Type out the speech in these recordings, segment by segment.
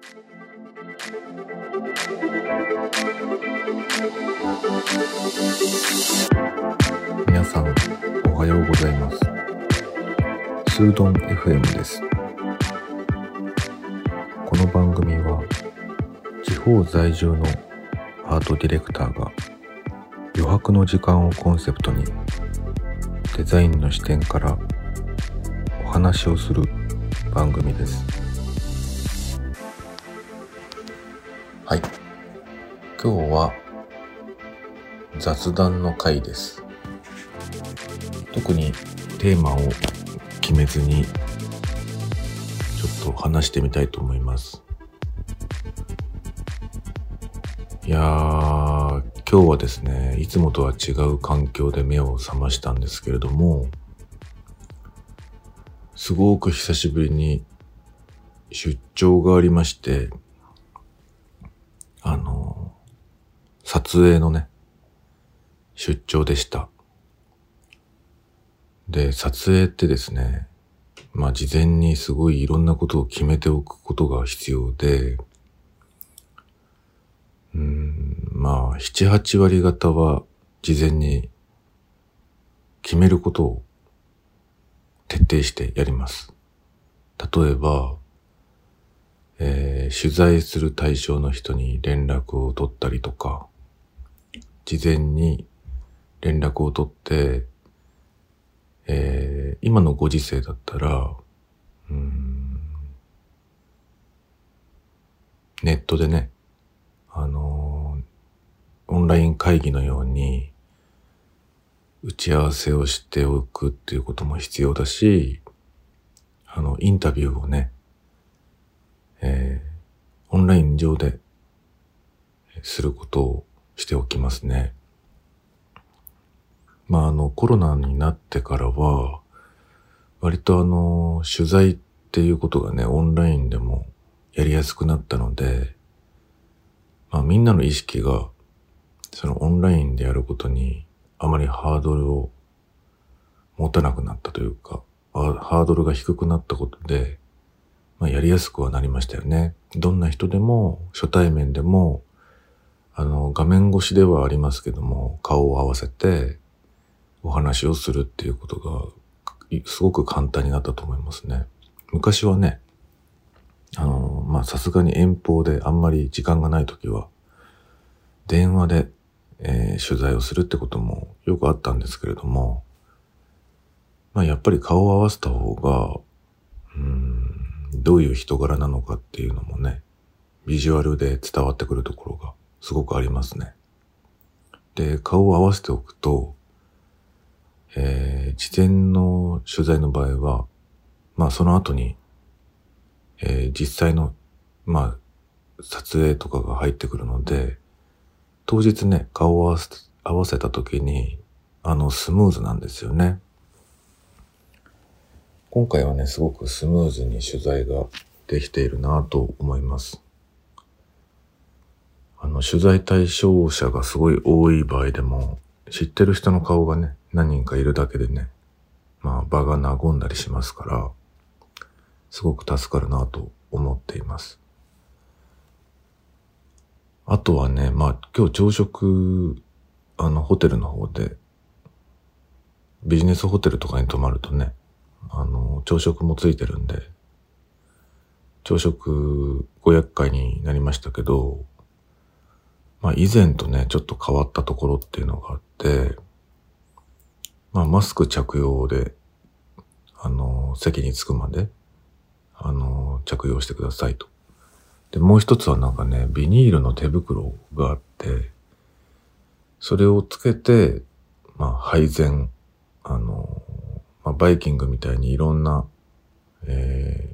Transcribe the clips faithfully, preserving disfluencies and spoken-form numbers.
皆さんおはようございます。スードン エフエム です。この番組は地方在住のアートディレクターが余白の時間をコンセプトにデザインの視点からお話をする番組です。はい、今日は雑談の回です。特にテーマを決めずにちょっと話してみたいと思います。いやー、今日はですね、いつもとは違う環境で目を覚ましたんですけれども、すごく久しぶりに出張がありまして、あの撮影のね出張でした。で、撮影ってですね、まあ事前にすごいいろんなことを決めておくことが必要で、うーん、まあなな、はち割方は事前に決めることを徹底してやります。例えば、えー、取材する対象の人に連絡を取ったりとか、事前に連絡を取って、えー、今のご時世だったら、うーん、ネットでね、あのー、オンライン会議のように打ち合わせをしておくっていうことも必要だし、あの、インタビューをね、えー、オンライン上ですることをしておきますね。まあ、あの、コロナになってからは、割とあの、取材っていうことがね、オンラインでもやりやすくなったので、まあ、みんなの意識が、そのオンラインでやることに、あまりハードルを持たなくなったというか、ハードルが低くなったことで、まあ、やりやすくはなりましたよね。どんな人でも、初対面でも、あの、画面越しではありますけども、顔を合わせて、お話をするっていうことが、すごく簡単になったと思いますね。昔はね、あの、まあ、さすがに遠方であんまり時間がないときは、電話で、えー、取材をするってこともよくあったんですけれども、まあ、やっぱり顔を合わせた方が、うーん、どういう人柄なのかっていうのもね、ビジュアルで伝わってくるところがすごくありますね。で、顔を合わせておくと、えー、事前の取材の場合は、まあその後に、えー、実際の、まあ、撮影とかが入ってくるので、当日ね、顔を合わせ、合わせた時に、あの、スムーズなんですよね。今回はね、すごくスムーズに取材ができているなと思います。あの、取材対象者がすごい多い場合でも、知ってる人の顔がね、何人かいるだけでね、まあ場が和んだりしますから、すごく助かるなと思っています。あとはね、まあ今日朝食、あのホテルの方で、ビジネスホテルとかに泊まるとね、あの、朝食もついてるんで、朝食ご厄介になりましたけど、まあ以前とね、ちょっと変わったところっていうのがあって、まあマスク着用で、あの、席に着くまで、あの、着用してくださいと。で、もう一つはなんかね、ビニールの手袋があって、それをつけて、まあ配膳、あの、まあ、バイキングみたいにいろんな、え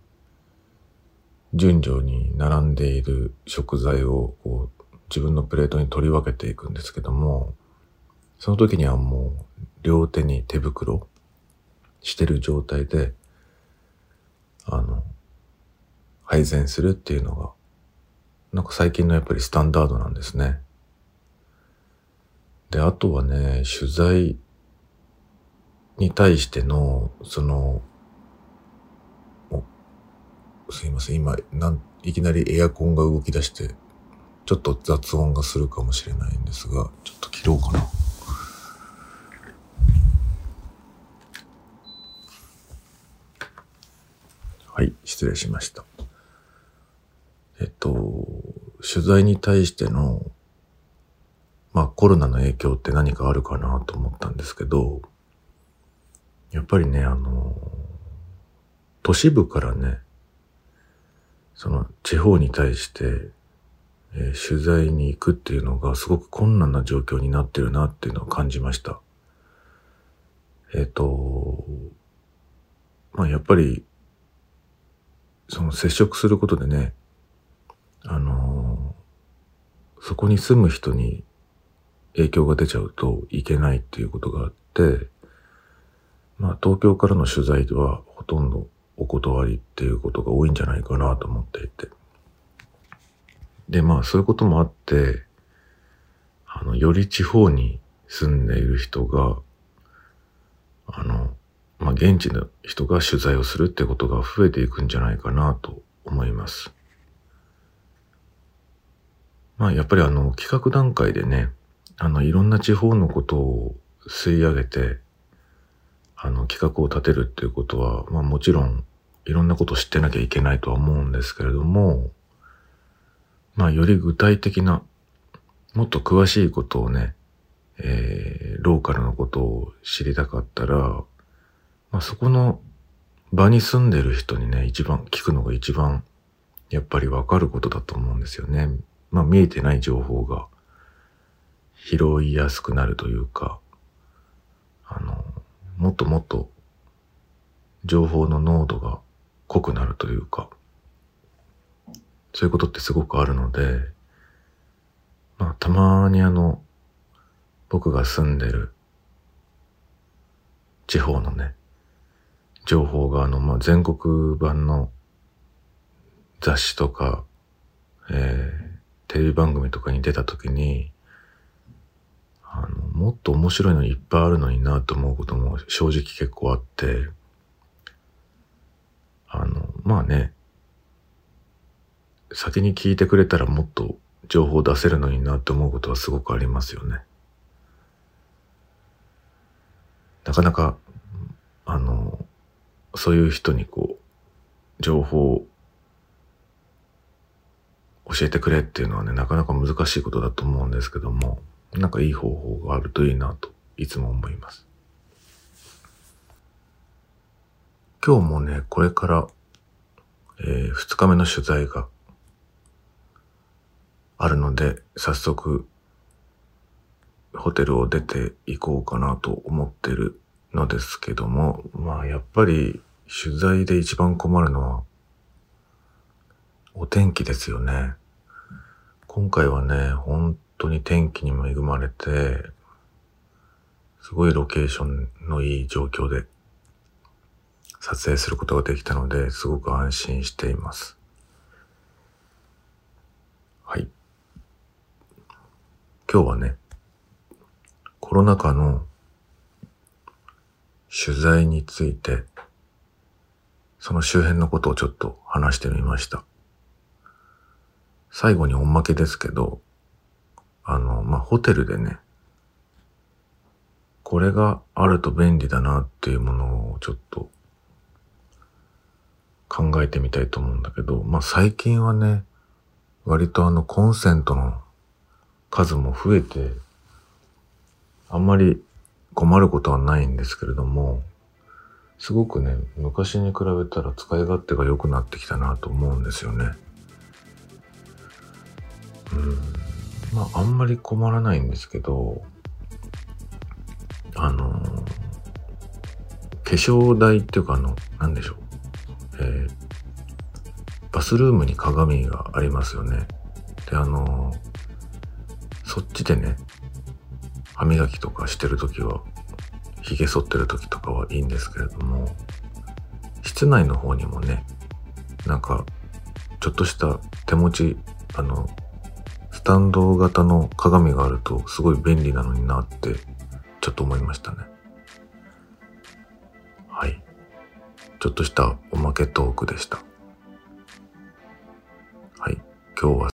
ー、順序に並んでいる食材をこう自分のプレートに取り分けていくんですけども、その時にはもう両手に手袋してる状態で、あの、配膳するっていうのが、なんか最近のやっぱりスタンダードなんですね。で、あとはね、取材に対しての、その、 すいません。今、なん、いきなりエアコンが動き出して、ちょっと雑音がするかもしれないんですが、ちょっと切ろうかな。はい、失礼しました。えっと、取材に対しての、まあコロナの影響って何かあるかなと思ったんですけど、やっぱりね、あの、都市部からね、その地方に対して、えー、取材に行くっていうのがすごく困難な状況になってるなっていうのを感じました。えっと、まあやっぱり、その接触することでね、あのー、そこに住む人に影響が出ちゃうといけないっていうことがあって、まあ東京からの取材ではほとんどお断りっていうことが多いんじゃないかなと思っていて。で、まあそういうこともあって、あの、より地方に住んでいる人が、あの、まあ現地の人が取材をするってことが増えていくんじゃないかなと思います。まあやっぱりあの企画段階でね、あのいろんな地方のことを吸い上げて、あの企画を立てるっていうことは、まあもちろんいろんなことを知ってなきゃいけないとは思うんですけれども、まあより具体的な、もっと詳しいことをね、えー、ローカルのことを知りたかったら、まあそこの場に住んでる人にね、一番聞くのが一番やっぱりわかることだと思うんですよね。まあ見えてない情報が拾いやすくなるというか、あの、もっともっと情報の濃度が濃くなるというか、そういうことってすごくあるので、まあたまにあの、僕が住んでる地方のね、情報があの、まあ全国版の雑誌とか、えー、テレビ番組とかに出たときに、あの、もっと面白いのいっぱいあるのになと思うことも正直結構あって、あの、まあね、先に聞いてくれたらもっと情報出せるのになって思うことはすごくありますよね。なかなか、あの、そういう人にこう、情報を教えてくれっていうのはね、なかなか難しいことだと思うんですけども、なんかいい方法があるといいなといつも思います。今日もね、これから、えー、二日目の取材があるので、早速、ホテルを出て行こうかなと思ってるのですけども、まあやっぱり取材で一番困るのは、お天気ですよね。今回はね、本当に天気に恵まれて、すごいロケーションのいい状況で撮影することができたので、すごく安心しています。はい。今日はね、コロナ禍の取材について、その周辺のことをちょっと話してみました。最後におまけですけど、あの、まあ、ホテルでね、これがあると便利だなっていうものをちょっと考えてみたいと思うんだけど、まあ、最近はね、割とあのコンセントの数も増えて、あんまり困ることはないんですけれども、すごくね、昔に比べたら使い勝手が良くなってきたなと思うんですよね。うん。まあ、あんまり困らないんですけど、あの、化粧台っていうかあの、なんでしょう。えー、バスルームに鏡がありますよね。で、あの、そっちでね、歯磨きとかしてるときは、髭剃ってるときとかはいいんですけれども、室内の方にもね、なんか、ちょっとした手持ち、あの、スタンド型の鏡があるとすごい便利なのになって、ちょっと思いましたね。はい。ちょっとしたおまけトークでした。 はい。今日は